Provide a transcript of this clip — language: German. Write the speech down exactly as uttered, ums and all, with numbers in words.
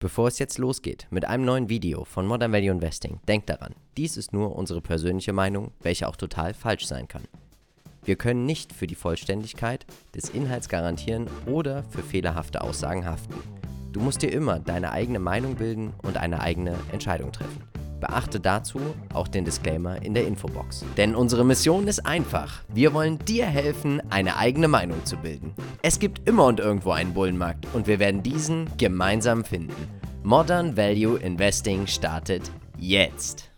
Bevor es jetzt losgeht mit einem neuen Video von Modern Value Investing, denkt daran, dies ist nur unsere persönliche Meinung, welche auch total falsch sein kann. Wir können nicht für die Vollständigkeit des Inhalts garantieren oder für fehlerhafte Aussagen haften. Du musst dir immer deine eigene Meinung bilden und eine eigene Entscheidung treffen. Beachte dazu auch den Disclaimer in der Infobox. Denn unsere Mission ist einfach. Wir wollen dir helfen, eine eigene Meinung zu bilden. Es gibt immer und irgendwo einen Bullenmarkt und wir werden diesen gemeinsam finden. Modern Value Investing startet jetzt.